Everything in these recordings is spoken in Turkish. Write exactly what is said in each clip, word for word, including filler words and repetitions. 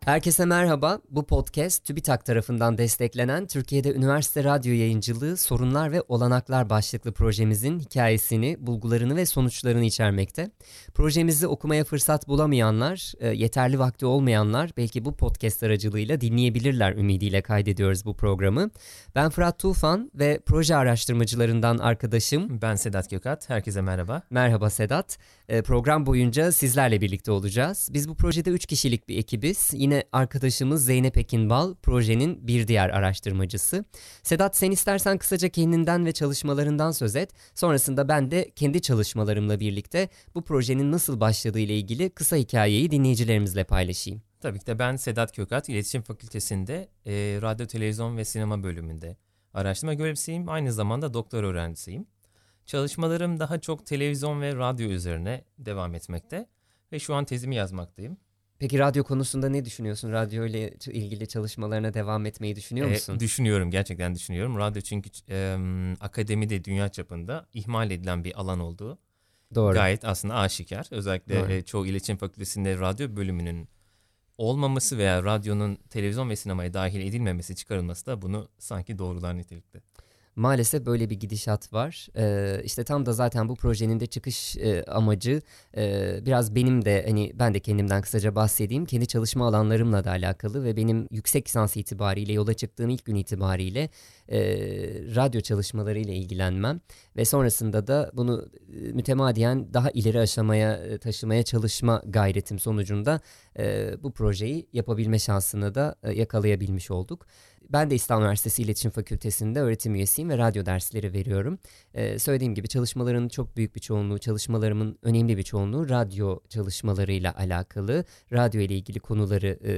Herkese merhaba. Bu podcast TÜBİTAK tarafından desteklenen Türkiye'de üniversite radyo yayıncılığı sorunlar ve olanaklar başlıklı projemizin hikayesini, bulgularını ve sonuçlarını içermekte. Projemizi okumaya fırsat bulamayanlar, yeterli vakti olmayanlar belki bu podcast aracılığıyla dinleyebilirler ümidiyle kaydediyoruz bu programı. Ben Fırat Tufan ve proje araştırmacılarından arkadaşım. Ben Sedat Gökat. Herkese merhaba. Merhaba Sedat. Program boyunca sizlerle birlikte olacağız. Biz bu projede üç kişilik bir ekibiz. Yine arkadaşımız Zeynep Ekinbal, projenin bir diğer araştırmacısı. Sedat, sen istersen kısaca kendinden ve çalışmalarından söz et. Sonrasında ben de kendi çalışmalarımla birlikte bu projenin nasıl başladığı ile ilgili kısa hikayeyi dinleyicilerimizle paylaşayım. Tabii ki de ben Sedat Gökat, İletişim Fakültesi'nde e, Radyo, Televizyon ve Sinema bölümünde araştırma görevlisiyim. Aynı zamanda doktor öğrencisiyim. Çalışmalarım daha çok televizyon ve radyo üzerine devam etmekte ve şu an tezimi yazmaktayım. Peki radyo konusunda ne düşünüyorsun? Radyo ile ilgili çalışmalarına devam etmeyi düşünüyor musun? E, düşünüyorum, gerçekten düşünüyorum. Radyo çünkü e, akademide dünya çapında ihmal edilen bir alan olduğu Doğru. Gayet aslında aşikar. Özellikle e, çoğu iletişim fakültesinde radyo bölümünün olmaması veya radyonun televizyon ve sinemaya dahil edilmemesi, çıkarılması da bunu sanki doğrular nitelikte. Maalesef böyle bir gidişat var. Ee, işte tam da zaten bu projenin de çıkış e, amacı e, biraz benim de hani ben de kendimden kısaca bahsedeyim. Kendi çalışma alanlarımla da alakalı ve benim yüksek lisans itibariyle yola çıktığım ilk gün itibariyle e, radyo çalışmaları ile ilgilenmem ve sonrasında da bunu e, mütemadiyen daha ileri aşamaya e, taşımaya çalışma gayretim sonucunda e, bu projeyi yapabilme şansını da e, yakalayabilmiş olduk. Ben de İstanbul Üniversitesi İletişim Fakültesi'nde öğretim üyesiyim ve radyo dersleri veriyorum. Ee, söylediğim gibi çalışmaların çok büyük bir çoğunluğu, çalışmalarımın önemli bir çoğunluğu radyo çalışmalarıyla alakalı, radyo ile ilgili konuları e,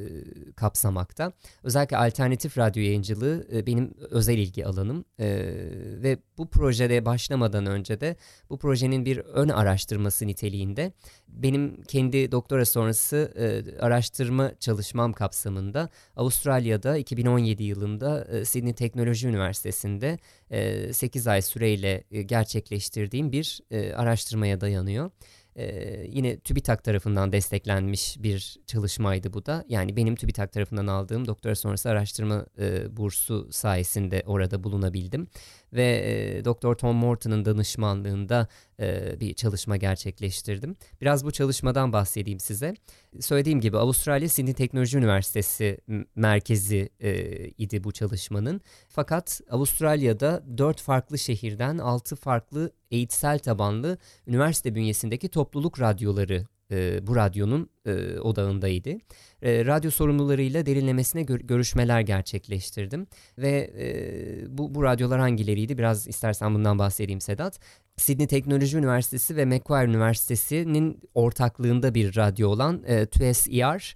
kapsamakta. Özellikle alternatif radyo yayıncılığı e, benim özel ilgi alanım e, ve bu projede başlamadan önce de bu projenin bir ön araştırması niteliğinde benim kendi doktora sonrası e, araştırma çalışmam kapsamında Avustralya'da iki bin on yedi yılında e, Sydney Teknoloji Üniversitesi'nde e, sekiz ay süreyle e, gerçekleştirdiğim bir e, araştırmaya dayanıyor. Ee, yine TÜBİTAK tarafından desteklenmiş bir çalışmaydı bu da. Yani benim TÜBİTAK tarafından aldığım doktora sonrası araştırma e, bursu sayesinde orada bulunabildim. Ve e, Doktor Tom Morton'un danışmanlığında e, bir çalışma gerçekleştirdim. Biraz bu çalışmadan bahsedeyim size. Söylediğim gibi Avustralya Sydney Teknoloji Üniversitesi merkezi e, idi bu çalışmanın. Fakat Avustralya'da dört farklı şehirden altı farklı eğitsel tabanlı üniversite bünyesindeki topluluk radyoları e, bu radyonun e, odağındaydı. E, radyo sorumlularıyla derinlemesine gör- görüşmeler gerçekleştirdim ve e, bu, bu radyolar hangileriydi? Biraz istersen bundan bahsedeyim Sedat. Sydney Teknoloji Üniversitesi ve Macquarie Üniversitesi'nin ortaklığında bir radyo olan e, T U S E R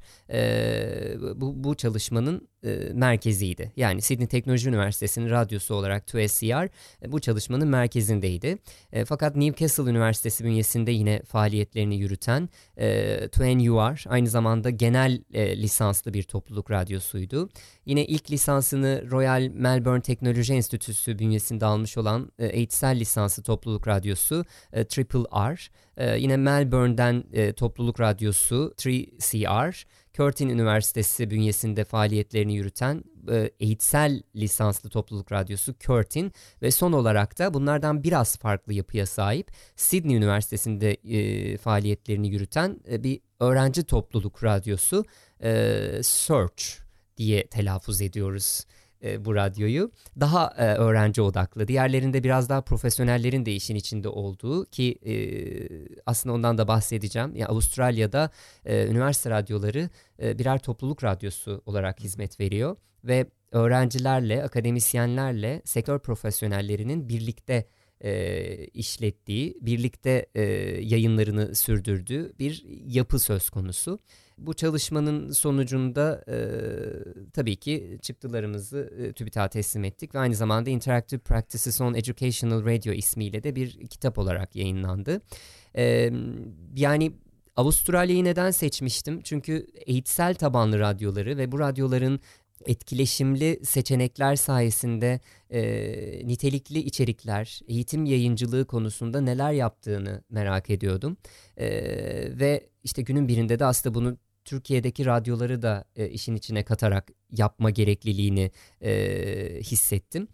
e, bu, bu çalışmanın e, merkeziydi. Yani Sydney Teknoloji Üniversitesi'nin radyosu olarak T U S E R e, bu çalışmanın merkezindeydi. E, fakat Newcastle Üniversitesi bünyesinde yine faaliyetlerini yürüten e, T N U R aynı zamanda genel e, lisanslı bir topluluk radyosuydu. Yine ilk lisansını Royal Melbourne Teknoloji Enstitüsü bünyesinde almış olan e, eğitsel lisanslı topluluk radyosu e, Triple R. E, yine Melbourne'den e, topluluk radyosu üç C R. Curtin Üniversitesi bünyesinde faaliyetlerini yürüten e, eğitsel lisanslı topluluk radyosu Curtin ve son olarak da bunlardan biraz farklı yapıya sahip Sydney Üniversitesi'nde e, faaliyetlerini yürüten e, bir öğrenci topluluk radyosu e, Search diye telaffuz ediyoruz e, bu radyoyu. Daha e, öğrenci odaklı. Diğerlerinde biraz daha profesyonellerin de işin içinde olduğu ki e, aslında ondan da bahsedeceğim. Yani Avustralya'da e, üniversite radyoları e, birer topluluk radyosu olarak hizmet veriyor ve öğrencilerle, akademisyenlerle sektör profesyonellerinin birlikte e, işlettiği, birlikte e, yayınlarını sürdürdüğü bir yapı söz konusu. Bu çalışmanın sonucunda e, tabii ki çıktılarımızı e, TÜBİTAK'a teslim ettik ve aynı zamanda Interactive Practices on Educational Radio ismiyle de bir kitap olarak yayınlandı. E, yani Avustralya'yı neden seçmiştim? Çünkü eğitsel tabanlı radyoları ve bu radyoların etkileşimli seçenekler sayesinde e, nitelikli içerikler, eğitim yayıncılığı konusunda neler yaptığını merak ediyordum. E, ve işte günün birinde de aslında bunu Türkiye'deki radyoları da e, işin içine katarak yapma gerekliliğini e, hissettim.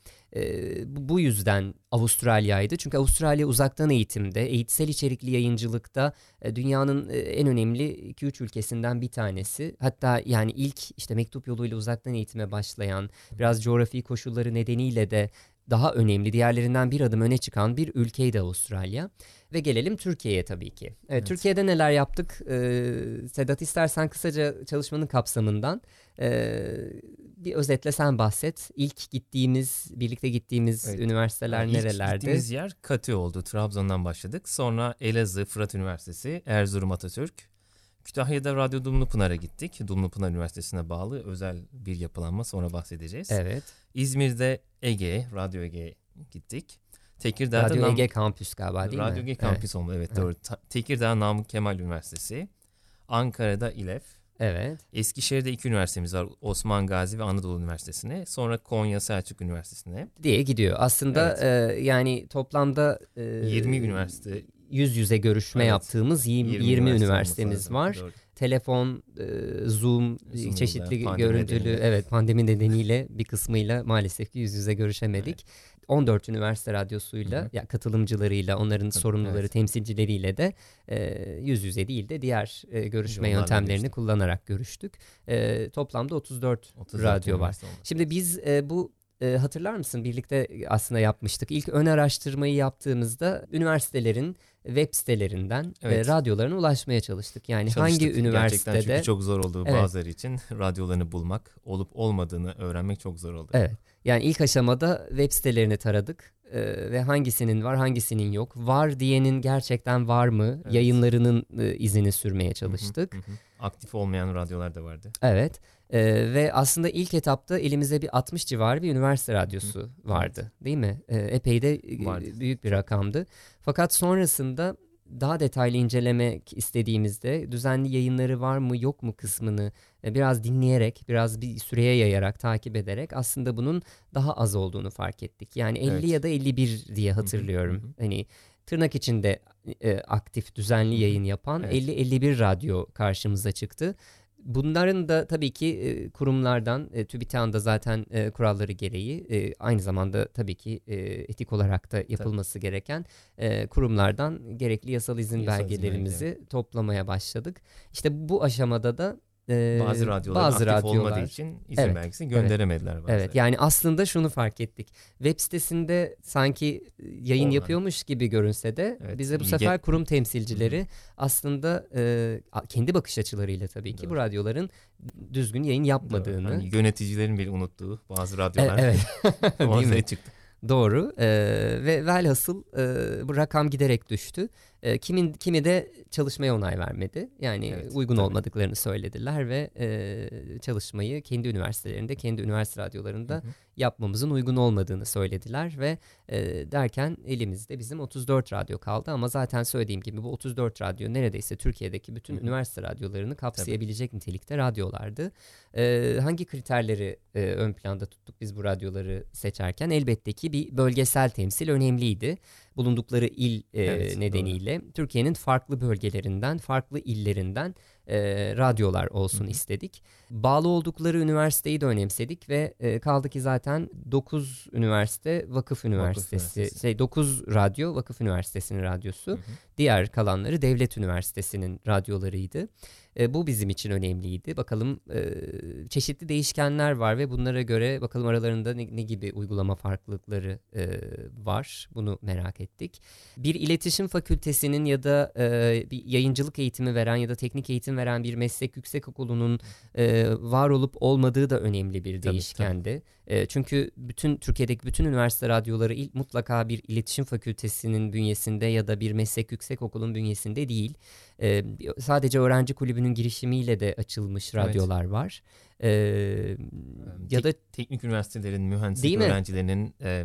E, bu, bu yüzden Avustralya'ydı. Çünkü Avustralya uzaktan eğitimde, eğitsel içerikli yayıncılıkta e, dünyanın e, en önemli iki üç ülkesinden bir tanesi. Hatta yani ilk işte mektup yoluyla uzaktan eğitime başlayan, biraz coğrafi koşulları nedeniyle de daha önemli, diğerlerinden bir adım öne çıkan bir ülkeydi Avustralya. Ve gelelim Türkiye'ye tabii ki. Evet, evet. Türkiye'de neler yaptık? Ee, Sedat, istersen kısaca çalışmanın kapsamından e, bir özetle sen bahset. İlk gittiğimiz, birlikte gittiğimiz evet. üniversiteler yani nerelerdi? İlk gittiğimiz yer Katı oldu. Trabzon'dan başladık. Sonra Elazığ, Fırat Üniversitesi, Erzurum Atatürk. Kütahya'da Radyo Dumlupınar'a gittik. Dumlupınar Üniversitesi'ne bağlı özel bir yapılanma, sonra bahsedeceğiz. Evet. İzmir'de Ege, Radyo Ege'ye gittik. Tekirdağ'da Radyo Nam- Ege Kampüs galiba değil Radyo mi? Ege evet. Kampüs olmalı evet, evet. doğru. Ta- Tekirdağ Namık Kemal Üniversitesi, Ankara'da İLEF. Evet. Eskişehir'de iki üniversitemiz var. Osman Gazi ve Anadolu Üniversitesi'ne. Sonra Konya Selçuk Üniversitesi'ne. Diye gidiyor. Aslında evet. e, yani toplamda e, yirmi üniversite. Yüz yüze görüşme evet. yaptığımız yirmi, yirmi, yirmi üniversitemiz var. Doğru. Telefon, e, Zoom, Zoom çeşitli görüntülü nedeniyle. Evet pandemi nedeniyle bir kısmıyla maalesef ki yüz yüze görüşemedik. Evet. on dört üniversite radyosuyla ya yani katılımcılarıyla, onların Tabii, sorumluları, evet. temsilcileriyle de e, yüz yüze değil de diğer e, görüşme Yollarla yöntemlerini görüştük. kullanarak görüştük. E, toplamda otuz dört, otuz dört radyo var. Şimdi biz e, bu e, hatırlar mısın? Birlikte aslında yapmıştık. İlk ön araştırmayı yaptığımızda üniversitelerin web sitelerinden evet. e, radyolarına ulaşmaya çalıştık. Yani çalıştık. Hangi üniversitede... Gerçekten çünkü çok zor oldu evet. bazıları için radyolarını bulmak, olup olmadığını öğrenmek çok zor oldu. Evet. Yani ilk aşamada web sitelerini taradık e, ve hangisinin var, hangisinin yok. Var diyenin gerçekten var mı? Evet. Yayınlarının e, izini sürmeye çalıştık. Hı hı hı. Aktif olmayan radyolar da vardı. Evet. Ee, ve aslında ilk etapta elimizde bir altmış civarı bir üniversite radyosu Hı. vardı evet. değil mi? Ee, epey de vardı. Büyük bir rakamdı. Fakat sonrasında daha detaylı incelemek istediğimizde düzenli yayınları var mı yok mu kısmını biraz dinleyerek, biraz bir süreye yayarak, takip ederek aslında bunun daha az olduğunu fark ettik. Yani elli evet. ya da elli bir diye hatırlıyorum. Hı hı. Hani tırnak içinde e, aktif, düzenli yayın yapan evet. elli elli bir radyo karşımıza çıktı. Bunların da tabii ki e, kurumlardan, e, TÜBİTAK'ın da zaten e, kuralları gereği e, aynı zamanda tabii ki e, etik olarak da yapılması tabii. gereken e, kurumlardan gerekli yasal izin yasal belgelerimizi izin toplamaya başladık. İşte bu aşamada da Ee, bazı radyolar bazı aktif radyolar, olmadığı için izin evet, belgesini gönderemediler. Evet, evet, yani aslında şunu fark ettik. Web sitesinde sanki yayın Oradan. yapıyormuş gibi görünse de evet, bize bu sefer kurum temsilcileri Hı-hı. aslında e, kendi bakış açılarıyla tabii ki Doğru. bu radyoların düzgün yayın yapmadığını. Yani yöneticilerin bile unuttuğu bazı radyolar. Evet. ortaya çıktı. Doğru ee, ve velhasıl e, bu rakam giderek düştü. E, kimin kimi de çalışmaya onay vermedi. Yani evet, uygun tabii. olmadıklarını söylediler ve e, çalışmayı kendi üniversitelerinde, kendi üniversite radyolarında hı hı. yapmamızın uygun olmadığını söylediler ve e, derken elimizde bizim otuz dört radyo kaldı ama zaten söylediğim gibi bu otuz dört radyo neredeyse Türkiye'deki bütün hı hı. üniversite radyolarını kapsayabilecek tabii. nitelikte radyolardı. E, hangi kriterleri e, ön planda tuttuk biz bu radyoları seçerken? Elbette ki bir bölgesel temsil önemliydi. Bulundukları il e, evet, nedeniyle doğru. Türkiye'nin farklı bölgelerinden, farklı illerinden e, radyolar olsun Hı-hı. istedik. Bağlı oldukları üniversiteyi de önemsedik ve e, kaldı ki zaten dokuz üniversite vakıf üniversitesi, vakıf şey dokuz radyo vakıf üniversitesinin radyosu. Hı-hı. Diğer kalanları devlet üniversitesinin radyolarıydı. E, bu bizim için önemliydi. Bakalım e, çeşitli değişkenler var ve bunlara göre bakalım aralarında ne, ne gibi uygulama farklılıkları e, var. Bunu merak ettik. Bir iletişim fakültesinin ya da e, bir yayıncılık eğitimi veren ya da teknik eğitim veren bir meslek yüksekokulunun e, var olup olmadığı da önemli bir değişkendi. Tabii, tabii. E, çünkü bütün Türkiye'deki bütün üniversite radyoları ilk mutlaka bir iletişim fakültesinin bünyesinde ya da bir meslek yüksekokulun bünyesinde değil. E, sadece öğrenci kulübünün girişimiyle de açılmış radyolar evet. var. E, ya da teknik üniversitelerin mühendislik öğrencilerinin e,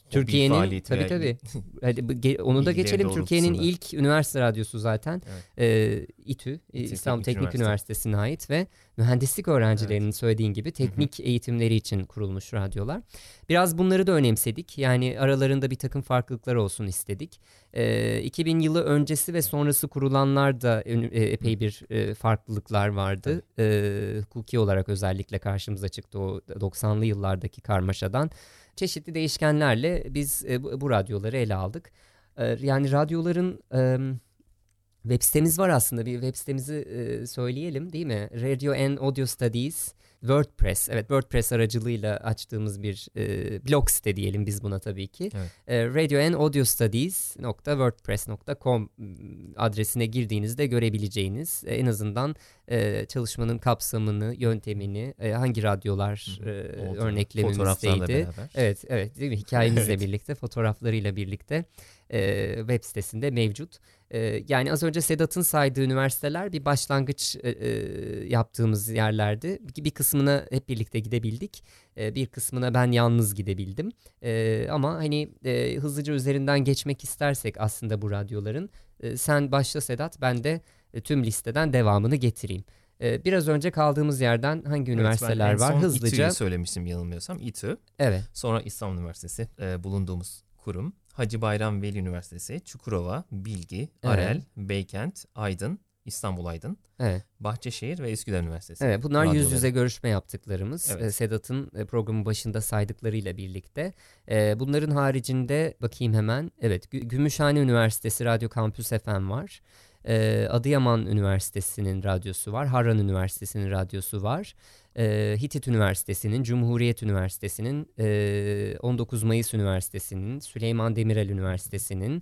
Türkiye'nin tabii tabii. Hadi onu da geçelim. Türkiye'nin ilk üniversite radyosu zaten. Evet. Ee, İTÜ, İTÜ İstanbul Teknik, Teknik Üniversitesi'ne ait ve mühendislik öğrencilerinin evet. söylediğin gibi teknik Hı-hı. eğitimleri için kurulmuş radyolar. Biraz bunları da önemsedik. Yani aralarında bir takım farklılıklar olsun istedik. Ee, iki bin yılı öncesi ve sonrası kurulanlar da e, epey bir e, farklılıklar vardı. Ee, hukuki olarak özellikle karşımıza çıktı o doksanlı yıllardaki karmaşadan. Çeşitli değişkenlerle biz e, bu, bu radyoları ele aldık. E, yani radyoların e, web sitemiz var aslında. Bir web sitemizi e, söyleyelim değil mi? Radio and Audio Studies WordPress. Evet, WordPress aracılığıyla açtığımız bir e, blog site diyelim biz buna tabii ki. Evet. E, radio and audio studies nokta wordpress nokta com adresine girdiğinizde görebileceğiniz e, en azından e, çalışmanın kapsamını, yöntemini, e, hangi radyolar e, örneklememizdeydi. Evet, evet değil mi? Hikayemizle evet. birlikte, fotoğraflarıyla birlikte e, web sitesinde mevcut. E, yani az önce Sedat'ın saydığı üniversiteler bir başlangıç e, e, yaptığımız yerlerdi. Bir, bir kısmına hep birlikte gidebildik. E, bir kısmına ben yalnız gidebildim. E, ama hani e, hızlıca üzerinden geçmek istersek aslında bu radyoların. E, sen başla Sedat, ben de e, tüm listeden devamını getireyim. E, biraz önce kaldığımız yerden hangi evet, üniversiteler var? Hızlıca. İTÜ'yü söylemiştim yanılmıyorsam. İTÜ. Evet. Sonra İstanbul Üniversitesi e, bulunduğumuz kurum. Hacı Bayram Veli Üniversitesi, Çukurova, Bilgi, Arel, evet. Beykent, Aydın, İstanbul Aydın, evet. Bahçeşehir ve Üsküdar Üniversitesi. Evet, bunlar radyoları. Yüz yüze görüşme yaptıklarımız. Evet. Sedat'ın programın başında saydıklarıyla birlikte. Bunların haricinde bakayım hemen. Evet, Gümüşhane Üniversitesi Radyo Kampüs F M var. Adıyaman Üniversitesi'nin radyosu var. Harran Üniversitesi'nin radyosu var. Hitit Üniversitesi'nin, Cumhuriyet Üniversitesi'nin, on dokuz Mayıs Üniversitesi'nin, Süleyman Demirel Üniversitesi'nin,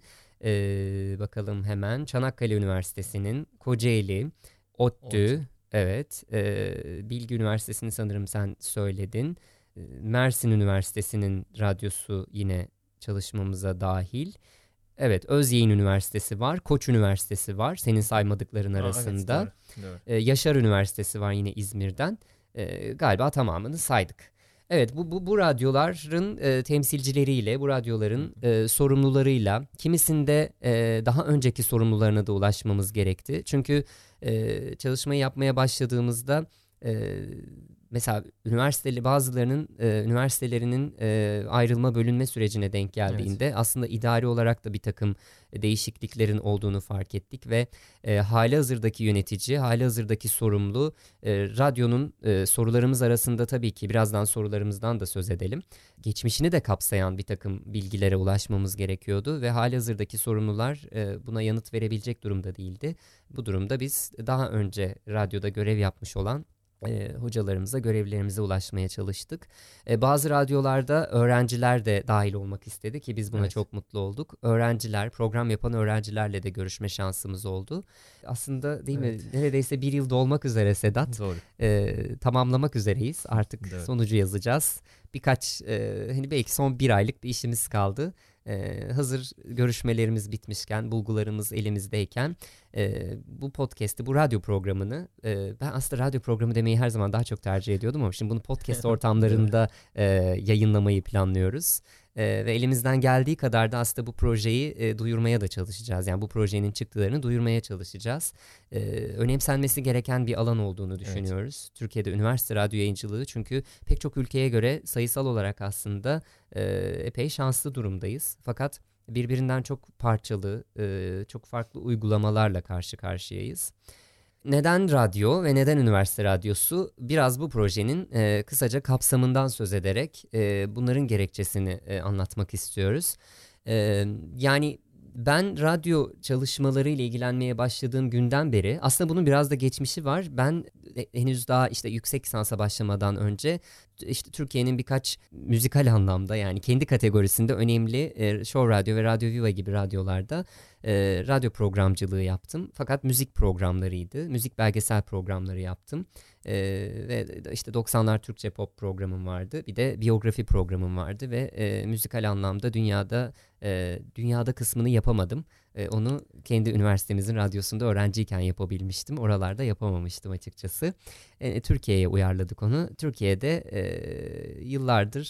bakalım hemen Çanakkale Üniversitesi'nin, Kocaeli, ODTÜ, evet, Bilgi Üniversitesi'ni sanırım sen söyledin. Mersin Üniversitesi'nin radyosu yine çalışmamıza dahil. Evet, Özyeğin Üniversitesi var, Koç Üniversitesi var senin saymadıkların arasında. Aa, evet, doğru, doğru. Ee, Yaşar Üniversitesi var yine İzmir'den. Ee, galiba tamamını saydık. Evet, bu bu, bu radyoların e, temsilcileriyle, bu radyoların e, sorumlularıyla, kimisinde e, daha önceki sorumlularına da ulaşmamız gerekti. Çünkü e, çalışmayı yapmaya başladığımızda e, mesela üniversiteli bazılarının e, üniversitelerinin e, ayrılma bölünme sürecine denk geldiğinde evet. aslında idari olarak da bir takım değişikliklerin olduğunu fark ettik ve e, halihazırdaki yönetici, halihazırdaki sorumlu e, radyonun e, sorularımız arasında tabii ki birazdan sorularımızdan da söz edelim. Geçmişini de kapsayan bir takım bilgilere ulaşmamız gerekiyordu ve halihazırdaki sorumlular e, buna yanıt verebilecek durumda değildi. Bu durumda biz daha önce radyoda görev yapmış olan E, hocalarımıza, görevlilerimize ulaşmaya çalıştık. E, bazı radyolarda öğrenciler de dahil olmak istedi ki biz buna evet. çok mutlu olduk. Öğrenciler, program yapan öğrencilerle de görüşme şansımız oldu. Aslında değil evet. mi? Neredeyse bir yıl dolmak üzere Sedat. Doğru. E, tamamlamak üzereyiz. Artık evet. sonucu yazacağız. Birkaç, e, hani belki son bir aylık bir işimiz kaldı. Ee, hazır görüşmelerimiz bitmişken, bulgularımız elimizdeyken e, bu podcast'i, bu radyo programını e, ben aslında radyo programı demeyi her zaman daha çok tercih ediyordum ama şimdi bunu podcast ortamlarında e, yayınlamayı planlıyoruz. E, ve elimizden geldiği kadar da aslında bu projeyi e, duyurmaya da çalışacağız. Yani bu projenin çıktılarını duyurmaya çalışacağız. E, önemsenmesi gereken bir alan olduğunu düşünüyoruz. Evet. Türkiye'de üniversite radyo yayıncılığı çünkü pek çok ülkeye göre sayısal olarak aslında e, epey şanslı durumdayız. Fakat birbirinden çok parçalı, e, çok farklı uygulamalarla karşı karşıyayız. Neden radyo ve neden üniversite radyosu? Biraz bu projenin e, kısaca kapsamından söz ederek e, bunların gerekçesini e, anlatmak istiyoruz. E, yani ben radyo çalışmaları ile ilgilenmeye başladığım günden beri aslında bunun biraz da geçmişi var. Ben henüz daha işte yüksek lisansa başlamadan önce işte Türkiye'nin birkaç müzikal anlamda yani kendi kategorisinde önemli e, Show Radyo ve Radyo Viva gibi radyolarda e, radyo programcılığı yaptım. Fakat müzik programlarıydı. Müzik belgesel programları yaptım. E, ve işte doksanlar Türkçe pop programım vardı. Bir de biyografi programım vardı ve e, müzikal anlamda dünyada e, dünyada kısmını yapamadım. E, onu kendi üniversitemizin radyosunda öğrenciyken yapabilmiştim. Oralarda yapamamıştım açıkçası. E, Türkiye'ye uyarladık onu. Türkiye'de e, yıllardır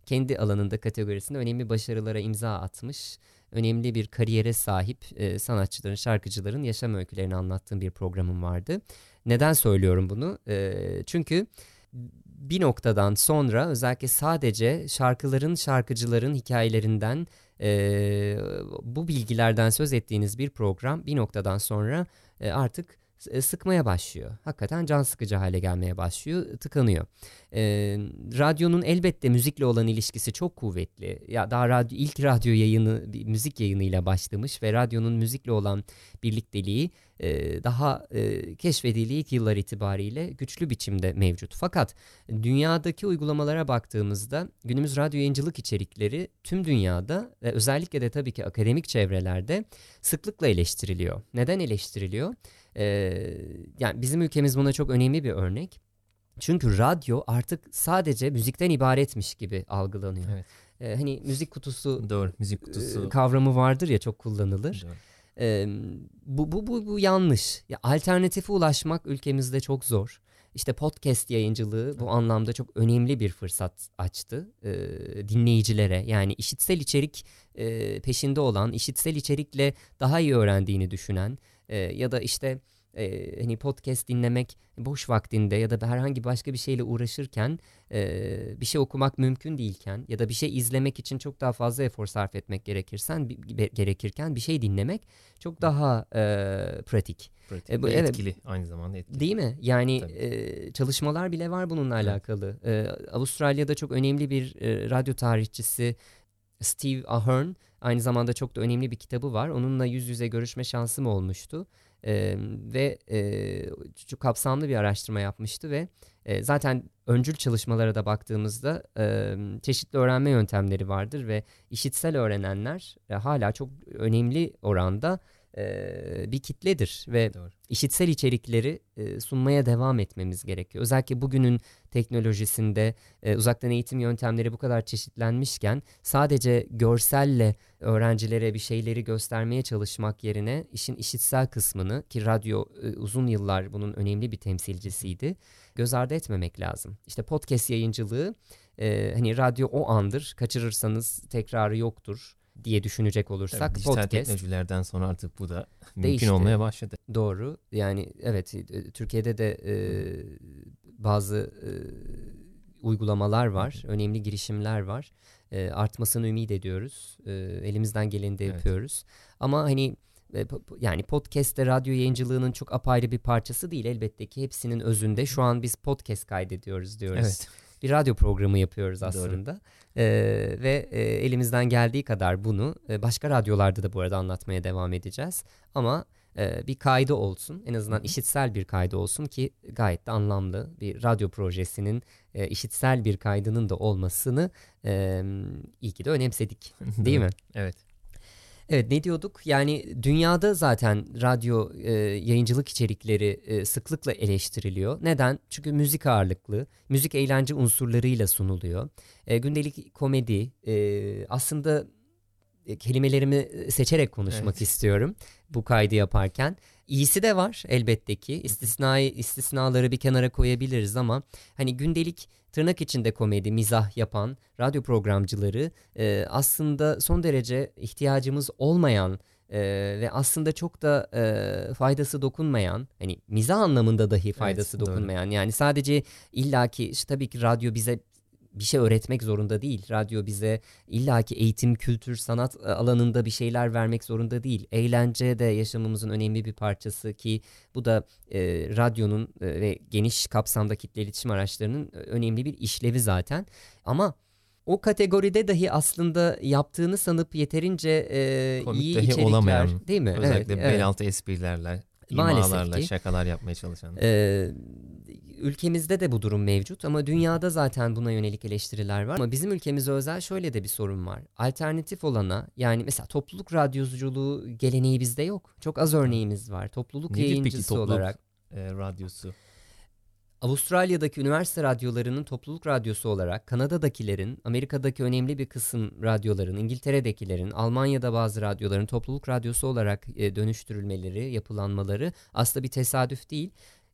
kendi alanında kategorisinde önemli başarılara imza atmış, önemli bir kariyere sahip e, sanatçıların, şarkıcıların yaşam öykülerini anlattığım bir programım vardı. Neden söylüyorum bunu? E, çünkü bir noktadan sonra özellikle sadece şarkıların, şarkıcıların hikayelerinden, e, bu bilgilerden söz ettiğiniz bir program bir noktadan sonra e, artık sıkmaya başlıyor. Hakikaten can sıkıcı hale gelmeye başlıyor, tıkanıyor. Ee, radyonun elbette müzikle olan ilişkisi çok kuvvetli. Ya daha radyo, ilk radyo yayını bir müzik yayınıyla başlamış ve radyonun müzikle olan birlikteliği e, daha e, keşfedildiği ilk yıllar itibariyle güçlü biçimde mevcut. Fakat dünyadaki uygulamalara baktığımızda günümüz radyo yayıncılık içerikleri tüm dünyada ve özellikle de tabii ki akademik çevrelerde sıklıkla eleştiriliyor. Neden eleştiriliyor? Ee, yani bizim ülkemiz buna çok önemli bir örnek. Çünkü radyo artık sadece müzikten ibaretmiş gibi algılanıyor. Evet. Ee, hani müzik kutusu, Doğru, müzik kutusu kavramı vardır ya, çok kullanılır. Ee, bu, bu, bu, bu yanlış. Ya, alternatife ulaşmak ülkemizde çok zor. İşte podcast yayıncılığı bu anlamda çok önemli bir fırsat açtı e, dinleyicilere. Yani işitsel içerik e, peşinde olan, işitsel içerikle daha iyi öğrendiğini düşünen e, ya da işte e, hani podcast dinlemek boş vaktinde ya da herhangi başka bir şeyle uğraşırken, e, bir şey okumak mümkün değilken ya da bir şey izlemek için çok daha fazla efor sarf etmek gerekirsen bir, gerekirken bir şey dinlemek çok daha e, pratik. Pratik e, bu, ve evet, etkili, aynı zamanda etkili. Değil mi? Yani e, çalışmalar bile var bununla evet. alakalı. E, Avustralya'da çok önemli bir e, radyo tarihçisi Steve Ahern, aynı zamanda çok da önemli bir kitabı var. Onunla yüz yüze görüşme şansım olmuştu. E, ve e, çok kapsamlı bir araştırma yapmıştı ve e, zaten öncül çalışmalara da baktığımızda e, çeşitli öğrenme yöntemleri vardır ve işitsel öğrenenler e, hala çok önemli oranda e, bir kitledir ve Doğru. işitsel içerikleri e, sunmaya devam etmemiz gerekiyor. Özellikle bugünün teknolojisinde e, uzaktan eğitim yöntemleri bu kadar çeşitlenmişken sadece görselle öğrencilere bir şeyleri göstermeye çalışmak yerine işin işitsel kısmını, ki radyo e, uzun yıllar bunun önemli bir temsilcisiydi, göz ardı etmemek lazım. İşte podcast yayıncılığı e, hani radyo o andır, kaçırırsanız tekrarı yoktur diye düşünecek olursak Tabii, dijital podcast teknolojilerden sonra artık bu da mümkün değişti. olmaya başladı. Doğru. Yani evet, Türkiye'de de e, bazı e, uygulamalar var. Hı hı. Önemli girişimler var. E, artmasını ümit ediyoruz. E, elimizden geleni de evet. yapıyoruz. Ama hani e, yani podcast de radyo yayıncılığının çok apayrı bir parçası değil. Elbette ki hepsinin özünde şu an biz podcast kaydediyoruz diyoruz. Evet. Bir radyo programı yapıyoruz aslında. Ee, ve e, elimizden geldiği kadar bunu e, başka radyolarda da bu arada anlatmaya devam edeceğiz. Ama e, bir kaydı olsun, en azından Hı-hı. işitsel bir kaydı olsun ki gayet de anlamlı bir radyo projesinin e, işitsel bir kaydının da olmasını e, iyi ki de önemsedik. Değil mi? Evet. Evet, ne diyorduk? Yani dünyada zaten radyo e, yayıncılık içerikleri e, sıklıkla eleştiriliyor. Neden? Çünkü müzik ağırlıklı, müzik eğlence unsurlarıyla sunuluyor. E, gündelik komedi, e, aslında e, kelimelerimi seçerek konuşmak evet. istiyorum bu kaydı yaparken. İyisi de var elbette ki. İstisnai, istisnaları bir kenara koyabiliriz ama hani gündelik tırnak içinde komedi, mizah yapan radyo programcıları e, aslında son derece ihtiyacımız olmayan e, ve aslında çok da e, faydası dokunmayan, hani mizah anlamında dahi faydası evet, dokunmayan. Doğru. Yani sadece illaki işte tabii ki radyo bize bir şey öğretmek zorunda değil. Radyo bize illaki eğitim, kültür, sanat alanında bir şeyler vermek zorunda değil. Eğlence de yaşamımızın önemli bir parçası ki bu da e, radyonun e, ve geniş kapsamda kitle iletişim araçlarının önemli bir işlevi zaten. Ama o kategoride dahi aslında yaptığını sanıp yeterince e, iyi içerikler olamayan, değil mi? Özellikle evet, bel evet. altı esprilerle, imalarla, şakalar yapmaya çalışan. Ee, ülkemizde de bu durum mevcut ama dünyada zaten buna yönelik eleştiriler var. Ama bizim ülkemize özel şöyle de bir sorun var. Alternatif olana, yani mesela topluluk radyoculuğu geleneği bizde yok. Çok az örneğimiz var. Topluluk Nedir yayıncısı peki topluluk, olarak. E, radyosu? Avustralya'daki üniversite radyolarının topluluk radyosu olarak, Kanada'dakilerin, Amerika'daki önemli bir kısım radyoların, İngiltere'dekilerin, Almanya'da bazı radyoların topluluk radyosu olarak e, dönüştürülmeleri, yapılanmaları aslında bir tesadüf değil.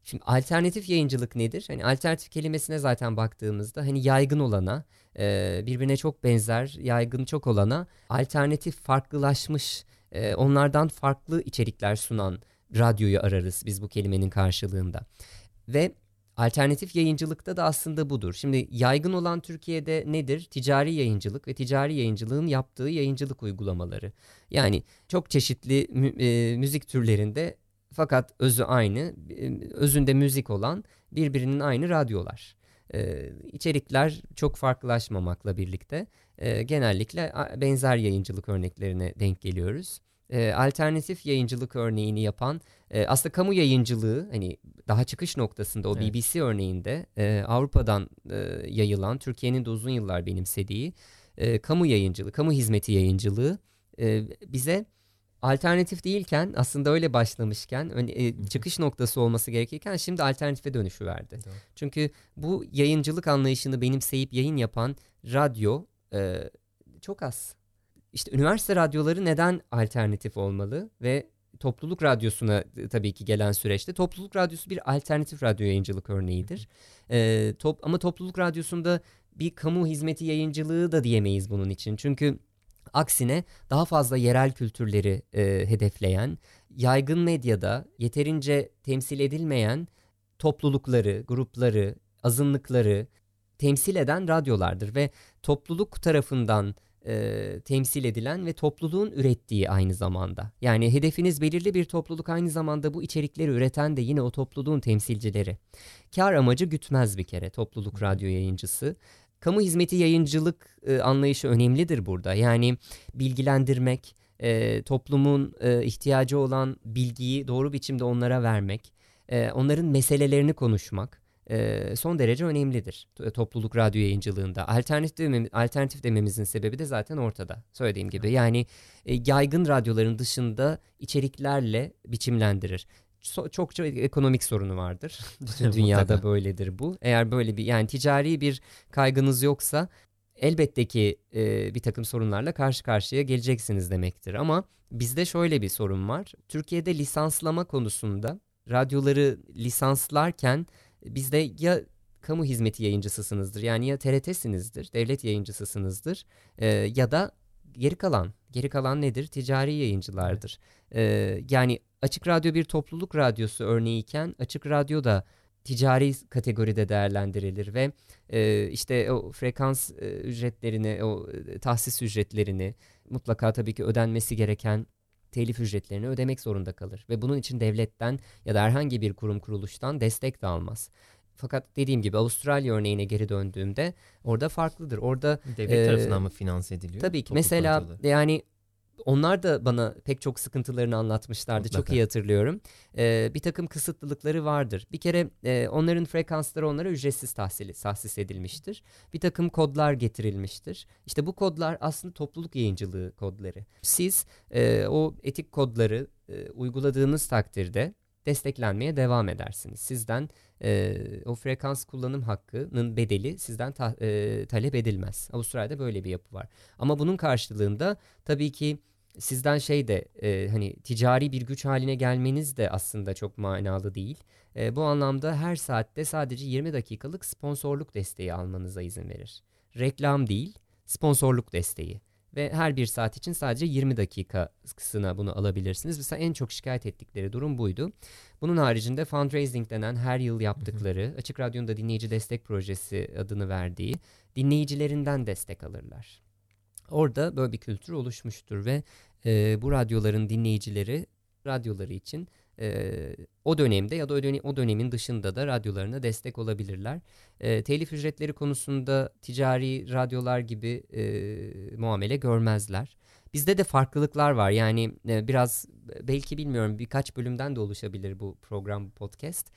Şimdi alternatif yayıncılık nedir? Hani alternatif kelimesine zaten baktığımızda hani yaygın olana, e, birbirine çok benzer, yaygın çok olana alternatif, farklılaşmış, e, onlardan farklı içerikler sunan radyoyu ararız biz bu kelimenin karşılığında. Ve alternatif yayıncılıkta da aslında budur. Şimdi yaygın olan Türkiye'de nedir? Ticari yayıncılık ve ticari yayıncılığın yaptığı yayıncılık uygulamaları. Yani çok çeşitli mü- e, müzik türlerinde fakat özü aynı, e, özünde müzik olan birbirinin aynı radyolar. E, içerikler çok farklılaşmamakla birlikte e, genellikle a- benzer yayıncılık örneklerine denk geliyoruz. E, alternatif yayıncılık örneğini yapan e, aslında kamu yayıncılığı, hani daha çıkış noktasında o Evet. B B C örneğinde e, Avrupa'dan e, yayılan, Türkiye'nin de uzun yıllar benimsediği e, kamu yayıncılığı, kamu hizmeti yayıncılığı e, bize alternatif değilken, aslında öyle başlamışken, ön- e, çıkış noktası olması gerekirken şimdi alternatife dönüşü verdi. Doğru. Çünkü bu yayıncılık anlayışını benimseyip yayın yapan radyo e, çok az. İşte üniversite radyoları neden alternatif olmalı ve topluluk radyosuna e, tabii ki gelen süreçte topluluk radyosu bir alternatif radyo yayıncılık örneğidir. Ee, top, ama topluluk radyosunda bir kamu hizmeti yayıncılığı da diyemeyiz bunun için. Çünkü aksine daha fazla yerel kültürleri e, hedefleyen, yaygın medyada yeterince temsil edilmeyen toplulukları, grupları, azınlıkları temsil eden radyolardır ve topluluk tarafından e, temsil edilen ve topluluğun ürettiği aynı zamanda. Yani hedefiniz belirli bir topluluk, aynı zamanda bu içerikleri üreten de yine o topluluğun temsilcileri. Kar amacı gütmez bir kere topluluk radyo yayıncısı. Kamu hizmeti yayıncılık e, anlayışı önemlidir burada. Yani bilgilendirmek, e, toplumun e, ihtiyacı olan bilgiyi doğru biçimde onlara vermek, e, onların meselelerini konuşmak e, son derece önemlidir topluluk radyo yayıncılığında. Alternatif, dememiz, alternatif dememizin sebebi de zaten ortada. Söylediğim gibi yani e, yaygın radyoların dışında içeriklerle biçimlendirir. So, çokça ekonomik sorunu vardır. Bütün dünyada böyledir bu. Eğer böyle bir, yani ticari bir kaygınız yoksa elbette ki e, bir takım sorunlarla karşı karşıya geleceksiniz demektir. Ama bizde şöyle bir sorun var. Türkiye'de lisanslama konusunda radyoları lisanslarken bizde ya kamu hizmeti yayıncısısınızdır, yani ya T R T'sinizdir, devlet yayıncısısınızdır, e, ya da geri kalan. Geri kalan nedir? Ticari yayıncılardır. E, yani Açık Radyo bir topluluk radyosu örneğiyken Açık Radyo da ticari kategoride değerlendirilir ve e, işte o frekans e, ücretlerini, o e, tahsis ücretlerini, mutlaka tabii ki ödenmesi gereken telif ücretlerini ödemek zorunda kalır. Ve bunun için devletten ya da herhangi bir kurum kuruluştan destek de almaz. Fakat dediğim gibi Avustralya örneğine geri döndüğümde orada farklıdır. Orada devlet e, tarafından mı finanse ediliyor? tabii ki Topluluk mesela radyoları. yani onlar da bana pek çok sıkıntılarını anlatmışlardı. Mutlaka. Çok iyi hatırlıyorum. Ee, bir takım kısıtlılıkları vardır. Bir kere e, onların frekansları onlara ücretsiz tahsili, tahsis edilmiştir. Bir takım kodlar getirilmiştir. İşte bu kodlar aslında topluluk yayıncılığı kodları. Siz e, o etik kodları e, uyguladığınız takdirde desteklenmeye devam edersiniz. Sizden e, o frekans kullanım hakkının bedeli sizden ta, e, talep edilmez. Avustralya'da böyle bir yapı var. Ama bunun karşılığında tabii ki sizden şey de e, hani ticari bir güç haline gelmeniz de aslında çok manalı değil. E, bu anlamda her saatte sadece yirmi dakikalık sponsorluk desteği almanıza izin verir. Reklam değil, sponsorluk desteği. Ve her bir saat için sadece yirmi dakikasına bunu alabilirsiniz. Mesela en çok şikayet ettikleri durum buydu. Bunun haricinde fundraising denen her yıl yaptıkları, Açık Radyo'nun da dinleyici destek projesi adını verdiği, dinleyicilerinden destek alırlar. Orada böyle bir kültür oluşmuştur ve e, bu radyoların dinleyicileri radyoları için e, o dönemde ya da o, dönem, o dönemin dışında da radyolarına destek olabilirler. E, telif ücretleri konusunda ticari radyolar gibi e, muamele görmezler. Bizde de farklılıklar var. Yani e, biraz belki bilmiyorum birkaç bölümden de oluşabilir bu program, bu podcast.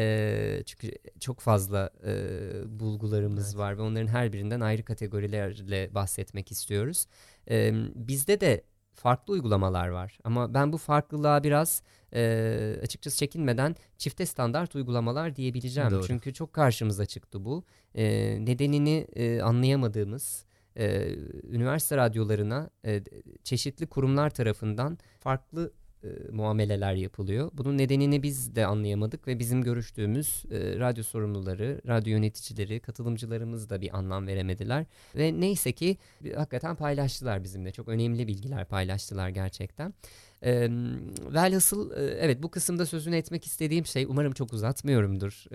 E, çünkü çok fazla e, bulgularımız evet. var ve onların her birinden ayrı kategorilerle bahsetmek istiyoruz. E, bizde de farklı uygulamalar var ama ben bu farklılığa biraz e, açıkçası çekinmeden çifte standart uygulamalar diyebileceğim. Doğru. Çünkü çok karşımıza çıktı bu. E, nedenini e, anlayamadığımız e, üniversite radyolarına e, çeşitli kurumlar tarafından farklı e, muameleler yapılıyor. Bunun nedenini biz de anlayamadık ve bizim görüştüğümüz e, radyo sorumluları, radyo yöneticileri, katılımcılarımız da bir anlam veremediler. Ve neyse ki hakikaten paylaştılar bizimle. Çok önemli bilgiler paylaştılar gerçekten. E, velhasıl e, evet, bu kısımda sözünü etmek istediğim şey, umarım çok uzatmıyorumdur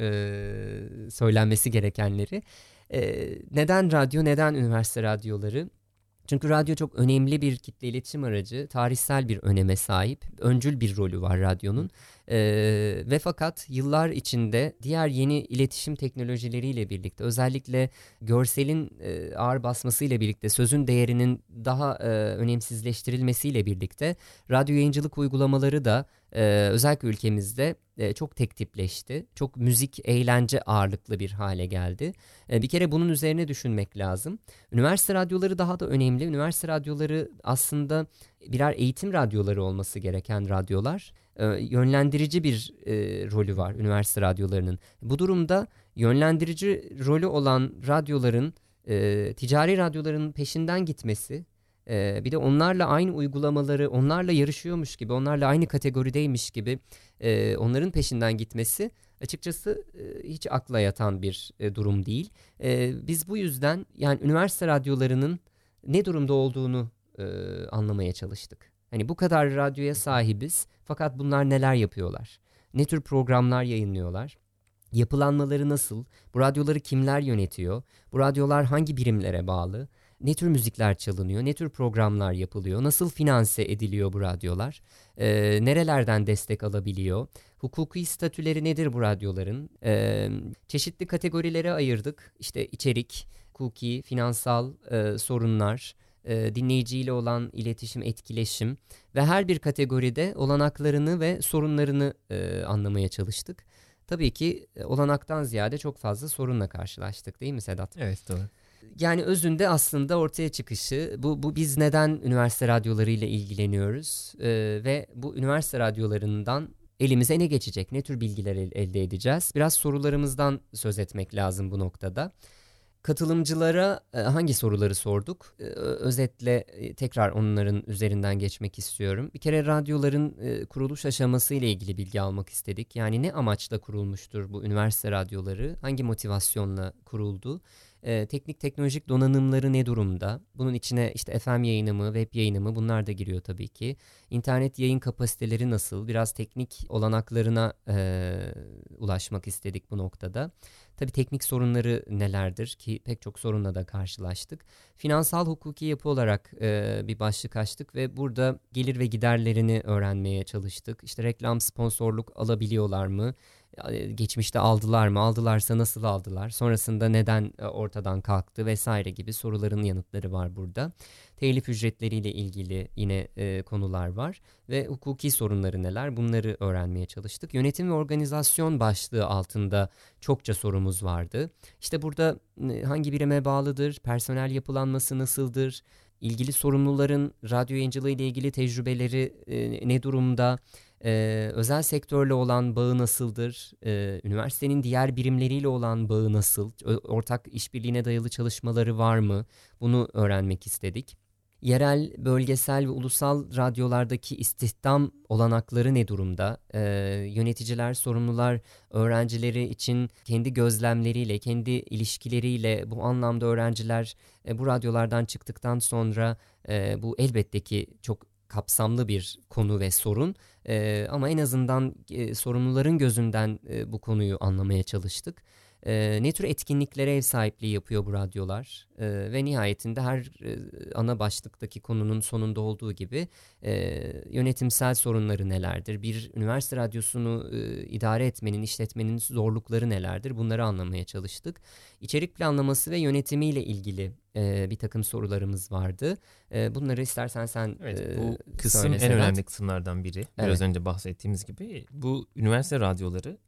e, söylenmesi gerekenleri. E, neden radyo, neden üniversite radyoları? Çünkü radyo çok önemli bir kitle iletişim aracı, tarihsel bir öneme sahip, öncül bir rolü var radyonun. Ee, ve fakat yıllar içinde diğer yeni iletişim teknolojileriyle birlikte, özellikle görselin e, ağır basmasıyla birlikte, sözün değerinin daha e, önemsizleştirilmesiyle birlikte radyo yayıncılık uygulamaları da e, özellikle ülkemizde e, çok tek tipleşti. Çok müzik, eğlence ağırlıklı bir hale geldi. E, bir kere bunun üzerine düşünmek lazım. Üniversite radyoları daha da önemli. Üniversite radyoları aslında birer eğitim radyoları olması gereken radyolar. E, yönlendirici bir e, rolü var üniversite radyolarının. Bu durumda yönlendirici rolü olan radyoların e, ticari radyoların peşinden gitmesi, e, bir de onlarla aynı uygulamaları, onlarla yarışıyormuş gibi, onlarla aynı kategorideymiş gibi e, onların peşinden gitmesi açıkçası e, hiç akla yatan bir e, durum değil. E, biz bu yüzden yani üniversite radyolarının ne durumda olduğunu e, anlamaya çalıştık. Hani bu kadar radyoya sahibiz, fakat bunlar neler yapıyorlar? Ne tür programlar yayınlıyorlar? Yapılanmaları nasıl? Bu radyoları kimler yönetiyor? Bu radyolar hangi birimlere bağlı? Ne tür müzikler çalınıyor? Ne tür programlar yapılıyor? Nasıl finanse ediliyor bu radyolar? Ee, nerelerden destek alabiliyor? Hukuki statüleri nedir bu radyoların? Ee, çeşitli kategorilere ayırdık. İşte içerik, hukuki, finansal e, sorunlar, e, dinleyiciyle olan iletişim, etkileşim ve her bir kategoride olanaklarını ve sorunlarını e, anlamaya çalıştık. Tabii ki olanaktan ziyade çok fazla sorunla karşılaştık, değil mi Sedat? Evet, doğru. Yani özünde aslında ortaya çıkışı bu, bu biz neden üniversite radyolarıyla ilgileniyoruz ee, ve bu üniversite radyolarından elimize ne geçecek, ne tür bilgiler el, elde edeceğiz? Biraz sorularımızdan söz etmek lazım bu noktada. Katılımcılara e, hangi soruları sorduk? E, özetle e, tekrar onların üzerinden geçmek istiyorum. Bir kere radyoların e, kuruluş aşaması ile ilgili bilgi almak istedik. Yani ne amaçla kurulmuştur bu üniversite radyoları? Hangi motivasyonla kuruldu? E, teknik teknolojik donanımları ne durumda? Bunun içine işte F M yayını mı, web yayını mı, bunlar da giriyor tabii ki. İnternet yayın kapasiteleri nasıl? Biraz teknik olanaklarına e, ulaşmak istedik bu noktada. Tabii teknik sorunları nelerdir ki pek çok sorunla da karşılaştık. Finansal hukuki yapı olarak e, bir başlık açtık ve burada gelir ve giderlerini öğrenmeye çalıştık. İşte reklam, sponsorluk alabiliyorlar mı? Geçmişte aldılar mı? Aldılarsa nasıl aldılar? Sonrasında neden ortadan kalktı vesaire gibi soruların yanıtları var burada. Telif ücretleriyle ilgili yine e, konular var ve hukuki sorunları neler? Bunları öğrenmeye çalıştık. Yönetim ve organizasyon başlığı altında çokça sorumuz vardı. İşte burada hangi birime bağlıdır? Personel yapılanması nasıldır? İlgili sorumluların radyo yayıncılığı ile ilgili tecrübeleri e, ne durumda? Ee, özel sektörle olan bağı nasıldır? Ee, üniversitenin diğer birimleriyle olan bağı nasıl? Ortak işbirliğine dayalı çalışmaları var mı? Bunu öğrenmek istedik. Yerel, bölgesel ve ulusal radyolardaki istihdam olanakları ne durumda? Ee, yöneticiler, sorumlular, öğrencileri için kendi gözlemleriyle, kendi ilişkileriyle bu anlamda öğrenciler e, bu radyolardan çıktıktan sonra e, bu elbette ki çok kapsamlı bir konu ve sorun ee, ama en azından e, sorumluların gözünden e, bu konuyu anlamaya çalıştık. E, ne tür etkinliklere ev sahipliği yapıyor bu radyolar e, ve nihayetinde her e, ana başlıktaki konunun sonunda olduğu gibi e, yönetimsel sorunları nelerdir? Bir üniversite radyosunu e, idare etmenin, işletmenin zorlukları nelerdir? Bunları anlamaya çalıştık. İçerik planlaması ve yönetimiyle ilgili e, bir takım sorularımız vardı. E, bunları istersen sen evet, e, bu kısım söyle, en Sedat. önemli kısımlardan biri. Biraz Evet. önce bahsettiğimiz gibi bu üniversite radyoları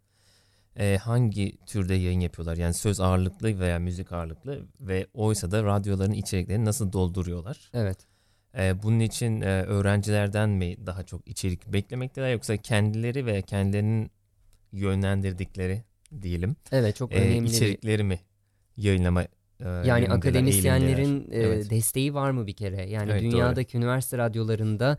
e, hangi türde yayın yapıyorlar? Yani söz ağırlıklı veya müzik ağırlıklı ve oysa da radyoların içeriklerini nasıl dolduruyorlar? Evet. E, bunun için e, öğrencilerden mi daha çok içerik beklemekteler yoksa kendileri ve kendilerinin yönlendirdikleri diyelim Evet, çok e, önemli içerikleri bir... mi yayınlama e, Yani yönündeler, akademisyenlerin e, evet. desteği var mı bir kere? Yani Evet, dünyadaki üniversite radyolarında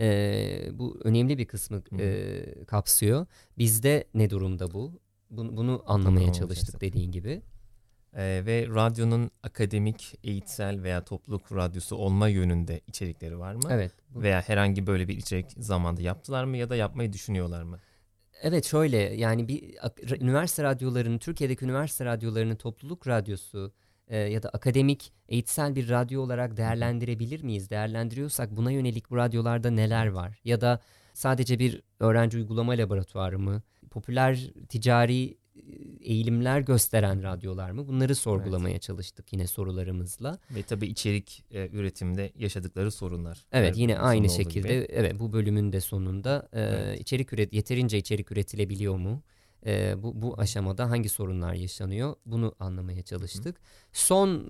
e, bu önemli bir kısmı e, kapsıyor. Bizde ne durumda bu? Bunu, bunu anlamaya Bunu çalıştık dediğin gibi. Ee, ve radyonun akademik, eğitsel veya topluluk radyosu olma yönünde içerikleri var mı? Evet. Bu, Veya herhangi böyle bir içerik zamanda yaptılar mı ya da yapmayı düşünüyorlar mı? evet şöyle yani bir ak- üniversite radyolarının, Türkiye'deki üniversite radyolarının topluluk radyosu e, ya da akademik, eğitsel bir radyo olarak değerlendirebilir miyiz? Değerlendiriyorsak buna yönelik bu radyolarda neler Evet. var? Ya da sadece bir öğrenci uygulama laboratuvarı mı? Popüler ticari e, eğilimler gösteren radyolar mı? Bunları Evet. sorgulamaya çalıştık yine sorularımızla. Ve tabii içerik e, üretimde yaşadıkları sorunlar. Evet, Her yine bölümün aynı sonunda olduğu gibi. şekilde evet bu bölümün de sonunda e, Evet. içerik üret yeterince içerik üretilebiliyor mu? E, bu bu Hı hı. aşamada hangi sorunlar yaşanıyor? Bunu anlamaya çalıştık. Son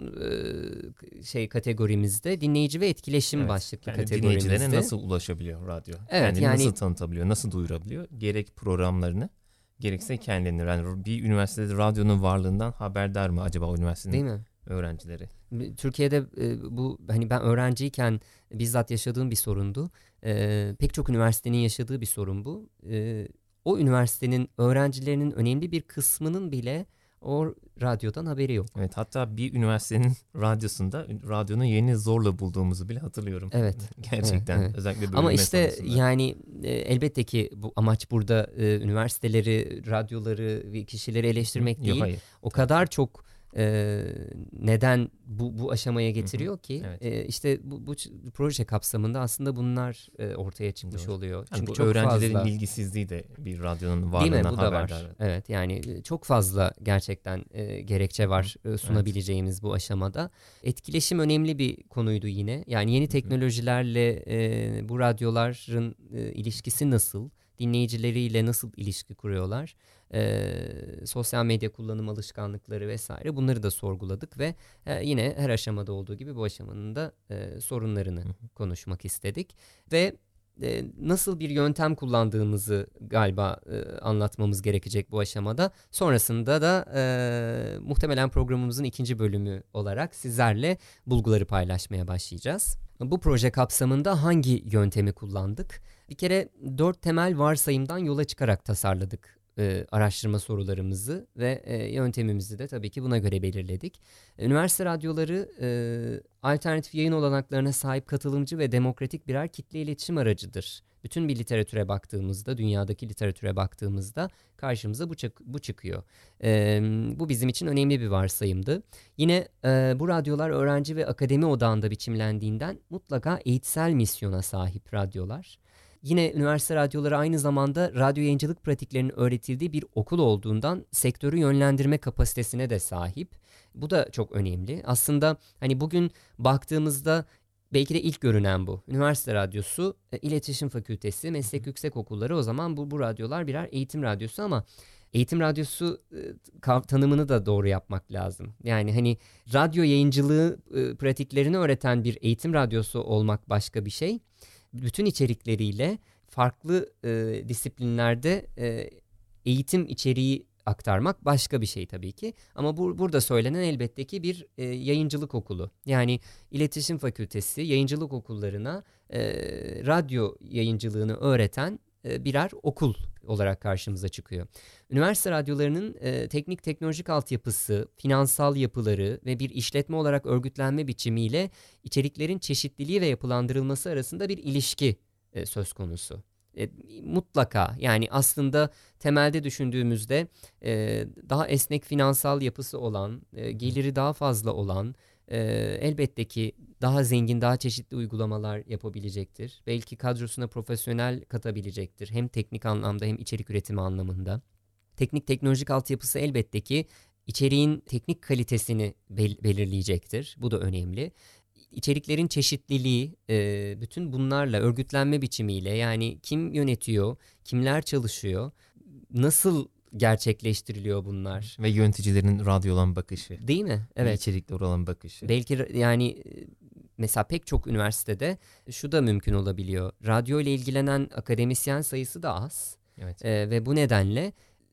e, şey kategorimizde dinleyici ve etkileşim Evet. başlıklı Yani dinleyicilerine kategorimizde. nasıl ulaşabiliyor radyo? Evet Kendini nasıl yani tanıtabiliyor? Nasıl duyurabiliyor? Gerek programlarını gerekse kendilerini. Yani bir üniversitede radyonun varlığından haberdar mı acaba o üniversitenin değil mi? öğrencileri? Türkiye'de e, bu hani ben öğrenciyken bizzat yaşadığım bir sorundu. E, pek çok üniversitenin yaşadığı bir sorun bu. E, o üniversitenin öğrencilerinin önemli bir kısmının bile o radyodan haberi yok. Evet, hatta bir üniversitenin radyosunda radyonun yerini zorla bulduğumuzu bile hatırlıyorum. Evet. Evet, Gerçekten evet. özellikle Ama bölüm işte esnasında. yani e, elbette ki bu amaç burada e, üniversiteleri, radyoları ve kişileri Hı? eleştirmek Yok, değil. hayır. O Tabii ki. kadar çok e, neden bu bu aşamaya Hı hı. getiriyor ki Evet, e, işte bu, bu ç- proje kapsamında aslında bunlar e, ortaya çıkmış doğru. oluyor. Yani Çünkü bu çok öğrencilerin fazla. bilgisizliği de bir radyonun Değil mi? varlığından Bu da haberdar. var. Evet yani e, çok fazla gerçekten e, gerekçe Hı hı. var e, Evet. sunabileceğimiz bu aşamada. Etkileşim önemli bir konuydu yine. Yani yeni Hı hı. teknolojilerle e, bu radyoların e, ilişkisi nasıl? Dinleyicileriyle nasıl ilişki kuruyorlar? E, sosyal medya kullanım alışkanlıkları vesaire bunları da sorguladık ve e, yine her aşamada olduğu gibi bu aşamanın da e, sorunlarını Hı hı. konuşmak istedik. Ve e, nasıl bir yöntem kullandığımızı galiba e, anlatmamız gerekecek bu aşamada. Sonrasında da e, muhtemelen programımızın ikinci bölümü olarak sizlerle bulguları paylaşmaya başlayacağız. Bu proje kapsamında hangi yöntemi kullandık? Bir kere dört temel varsayımdan yola çıkarak tasarladık e, araştırma sorularımızı ve e, yöntemimizi de tabii ki buna göre belirledik. Üniversite radyoları e, alternatif yayın olanaklarına sahip katılımcı ve demokratik birer kitle iletişim aracıdır. Bütün bir literatüre baktığımızda, dünyadaki literatüre baktığımızda karşımıza bu, çık- bu çıkıyor. E, bu bizim için önemli bir varsayımdı. Yine e, bu radyolar öğrenci ve akademi odağında biçimlendiğinden mutlaka eğitsel misyona sahip radyolar. Yine üniversite radyoları aynı zamanda radyo yayıncılık pratiklerinin öğretildiği bir okul olduğundan sektörü yönlendirme kapasitesine de sahip. Bu da çok önemli. Aslında hani bugün baktığımızda belki de ilk görünen bu. Üniversite radyosu, e, iletişim fakültesi, meslek yüksekokulları o zaman bu, bu radyolar birer eğitim radyosu ama eğitim radyosu e, tanımını da doğru yapmak lazım. Yani hani radyo yayıncılığı e, pratiklerini öğreten bir eğitim radyosu olmak başka bir şey. Bütün içerikleriyle farklı e, disiplinlerde e, eğitim içeriği aktarmak başka bir şey tabii ki. Ama bu, burada söylenen elbette ki bir e, yayıncılık okulu. Yani iletişim fakültesi yayıncılık okullarına e, radyo yayıncılığını öğreten e, birer okul olarak karşımıza çıkıyor. Üniversite radyolarının e, teknik teknolojik altyapısı, finansal yapıları ve bir işletme olarak örgütlenme biçimiyle içeriklerin çeşitliliği ve yapılandırılması arasında bir ilişki e, söz konusu. E, mutlaka yani aslında temelde düşündüğümüzde e, daha esnek finansal yapısı olan, e, geliri daha fazla olan, e, elbette ki daha zengin, daha çeşitli uygulamalar yapabilecektir. Belki kadrosuna profesyonel katabilecektir. Hem teknik anlamda hem içerik üretimi anlamında. Teknik teknolojik altyapısı elbette ki içeriğin teknik kalitesini bel- belirleyecektir. Bu da önemli. İçeriklerin çeşitliliği, e, bütün bunlarla örgütlenme biçimiyle yani kim yönetiyor, kimler çalışıyor, nasıl gerçekleştiriliyor bunlar? Ve yöneticilerin radyo olan bakışı. Değil mi? Ve Evet. içerikler olan bakışı. Belki yani mesela pek çok üniversitede şu da mümkün olabiliyor. Radyo ile ilgilenen akademisyen sayısı da az. Evet. E, ve bu nedenle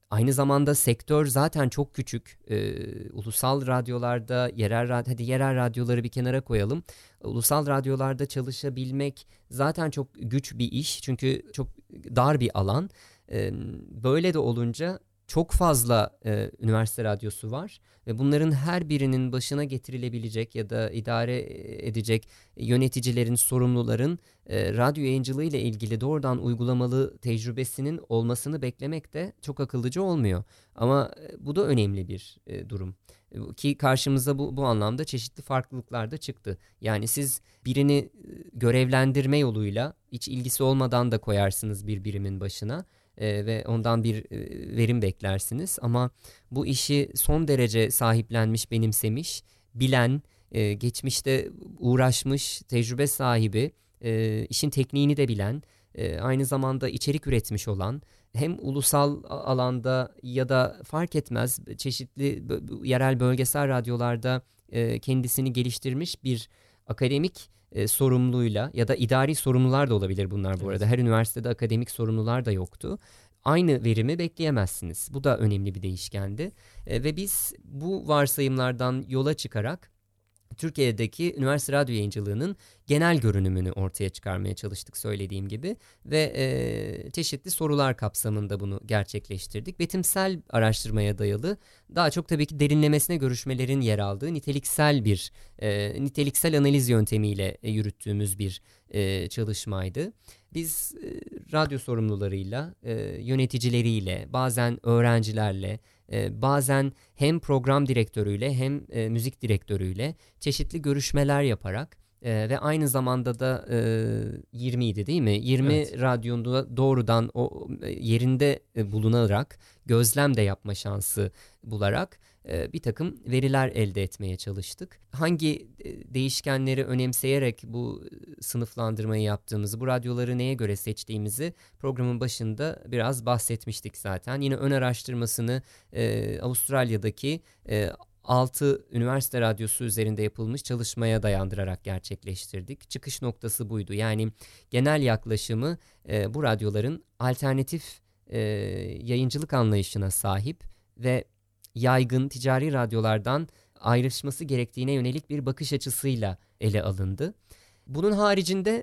Aynı zamanda sektör zaten çok küçük. Ee, ulusal radyolarda, yerel radyo, hadi yerel radyoları bir kenara koyalım. Ulusal radyolarda çalışabilmek zaten çok güç bir iş. Çünkü çok dar bir alan. Ee, böyle de olunca çok fazla e, üniversite radyosu var ve bunların her birinin başına getirilebilecek ya da idare edecek yöneticilerin, sorumluların e, radyo yayıncılığı ile ilgili doğrudan uygulamalı tecrübesinin olmasını beklemek de çok akıllıca olmuyor. Ama e, bu da önemli bir e, durum. Ki karşımıza bu, bu anlamda çeşitli farklılıklar da çıktı. Yani siz birini görevlendirme yoluyla hiç ilgisi olmadan da koyarsınız bir birimin başına. Ee, ve ondan bir e, verim beklersiniz ama bu işi son derece sahiplenmiş, benimsemiş, bilen, e, geçmişte uğraşmış, tecrübe sahibi, e, işin tekniğini de bilen, e, aynı zamanda içerik üretmiş olan, hem ulusal alanda ya da fark etmez çeşitli yerel bölgesel radyolarda e, kendisini geliştirmiş bir akademik e, sorumluyla ya da idari sorumlular da olabilir bunlar bu evet. arada. Her üniversitede akademik sorumlular da yoktu. Aynı verimi bekleyemezsiniz. Bu da önemli bir değişkendi. E, ve biz bu varsayımlardan yola çıkarak Türkiye'deki üniversite radyo yayıncılığının genel görünümünü ortaya çıkarmaya çalıştık söylediğim gibi ve e, çeşitli sorular kapsamında bunu gerçekleştirdik. Betimsel araştırmaya dayalı daha çok tabii ki derinlemesine görüşmelerin yer aldığı niteliksel bir e, niteliksel analiz yöntemiyle e, yürüttüğümüz bir e, çalışmaydı. Biz e, radyo sorumlularıyla, e, yöneticileriyle, bazen öğrencilerle, e, bazen hem program direktörüyle hem e, müzik direktörüyle çeşitli görüşmeler yaparak e, ve aynı zamanda da e, yirmiydi değil mi? yirmi evet. radyonda doğrudan o e, yerinde e, bulunarak gözlem de yapma şansı bularak e, bir takım veriler elde etmeye çalıştık. Hangi e, değişkenleri önemseyerek bu e, sınıflandırmayı yaptığımızı, bu radyoları neye göre seçtiğimizi programın başında biraz bahsetmiştik zaten. Yine ön araştırmasını e, Avustralya'daki e, altı üniversite radyosu üzerinde yapılmış çalışmaya dayandırarak gerçekleştirdik. Çıkış noktası buydu. Yani genel yaklaşımı e, bu radyoların alternatif e, yayıncılık anlayışına sahip ve yaygın ticari radyolardan ayrışması gerektiğine yönelik bir bakış açısıyla ele alındı. Bunun haricinde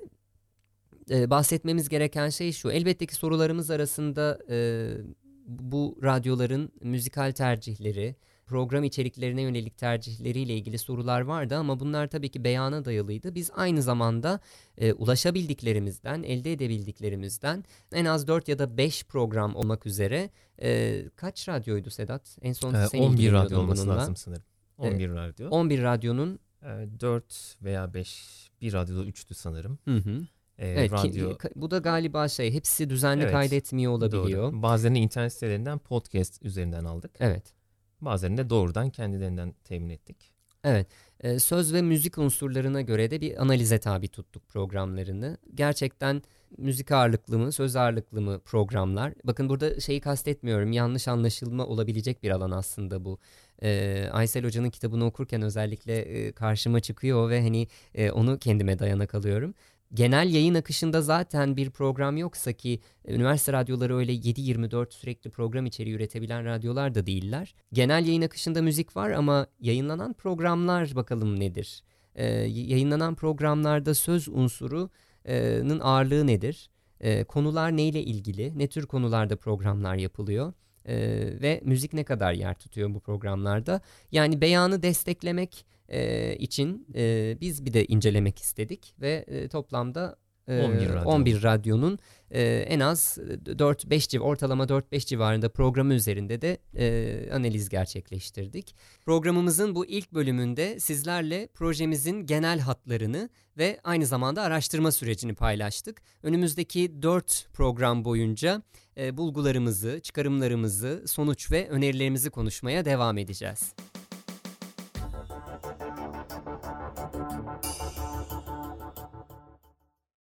e, bahsetmemiz gereken şey şu. Elbette ki sorularımız arasında e, bu radyoların müzikal tercihleri, program içeriklerine yönelik tercihleriyle ilgili sorular vardı ama bunlar tabii ki beyana dayalıydı. Biz aynı zamanda e, ulaşabildiklerimizden, elde edebildiklerimizden en az dört ya da beş program olmak üzere e, kaç radyoydu Sedat? En son ee, sen on bir radyo bununla. olması lazım sanırım. on bir e, radyo. on bir radyonun e, dört veya beş, bir radyoda üçtü sanırım. Hı hı. E, evet, radyo... ki, bu da galiba şey hepsi düzenli evet, kaydetmiyor olabiliyor. Doğru. Bazılarını internet sitelerinden podcast üzerinden aldık. Evet. Bazılarını da doğrudan kendilerinden temin ettik. Evet. E, söz ve müzik unsurlarına göre de bir analize tabi tuttuk programlarını. Gerçekten müzik ağırlıklı mı, söz ağırlıklı mı programlar? Bakın burada şeyi kastetmiyorum. Yanlış anlaşılma olabilecek bir alan aslında bu. E, Aysel Hoca'nın kitabını okurken özellikle e, karşıma çıkıyor ve hani e, onu kendime dayanak alıyorum. Genel yayın akışında zaten bir program yoksa ki üniversite radyoları öyle yedi yirmi dört sürekli program içeriği üretebilen radyolar da değiller. Genel yayın akışında müzik var ama yayınlanan programlar bakalım nedir? Ee, yayınlanan programlarda söz unsurunun ağırlığı nedir? Ee, konular neyle ilgili? Ne tür konularda programlar yapılıyor? Ee, ve müzik ne kadar yer tutuyor bu programlarda? Yani beyanı desteklemek e, için e, biz bir de incelemek istedik ve e, toplamda e, on bir, radyo. on bir radyonun e, en az dört beş civ ortalama dört beş civarında programı üzerinde de e, analiz gerçekleştirdik. Programımızın bu ilk bölümünde sizlerle projemizin genel hatlarını ve aynı zamanda araştırma sürecini paylaştık. Önümüzdeki dört program boyunca e, bulgularımızı, çıkarımlarımızı, sonuç ve önerilerimizi konuşmaya devam edeceğiz.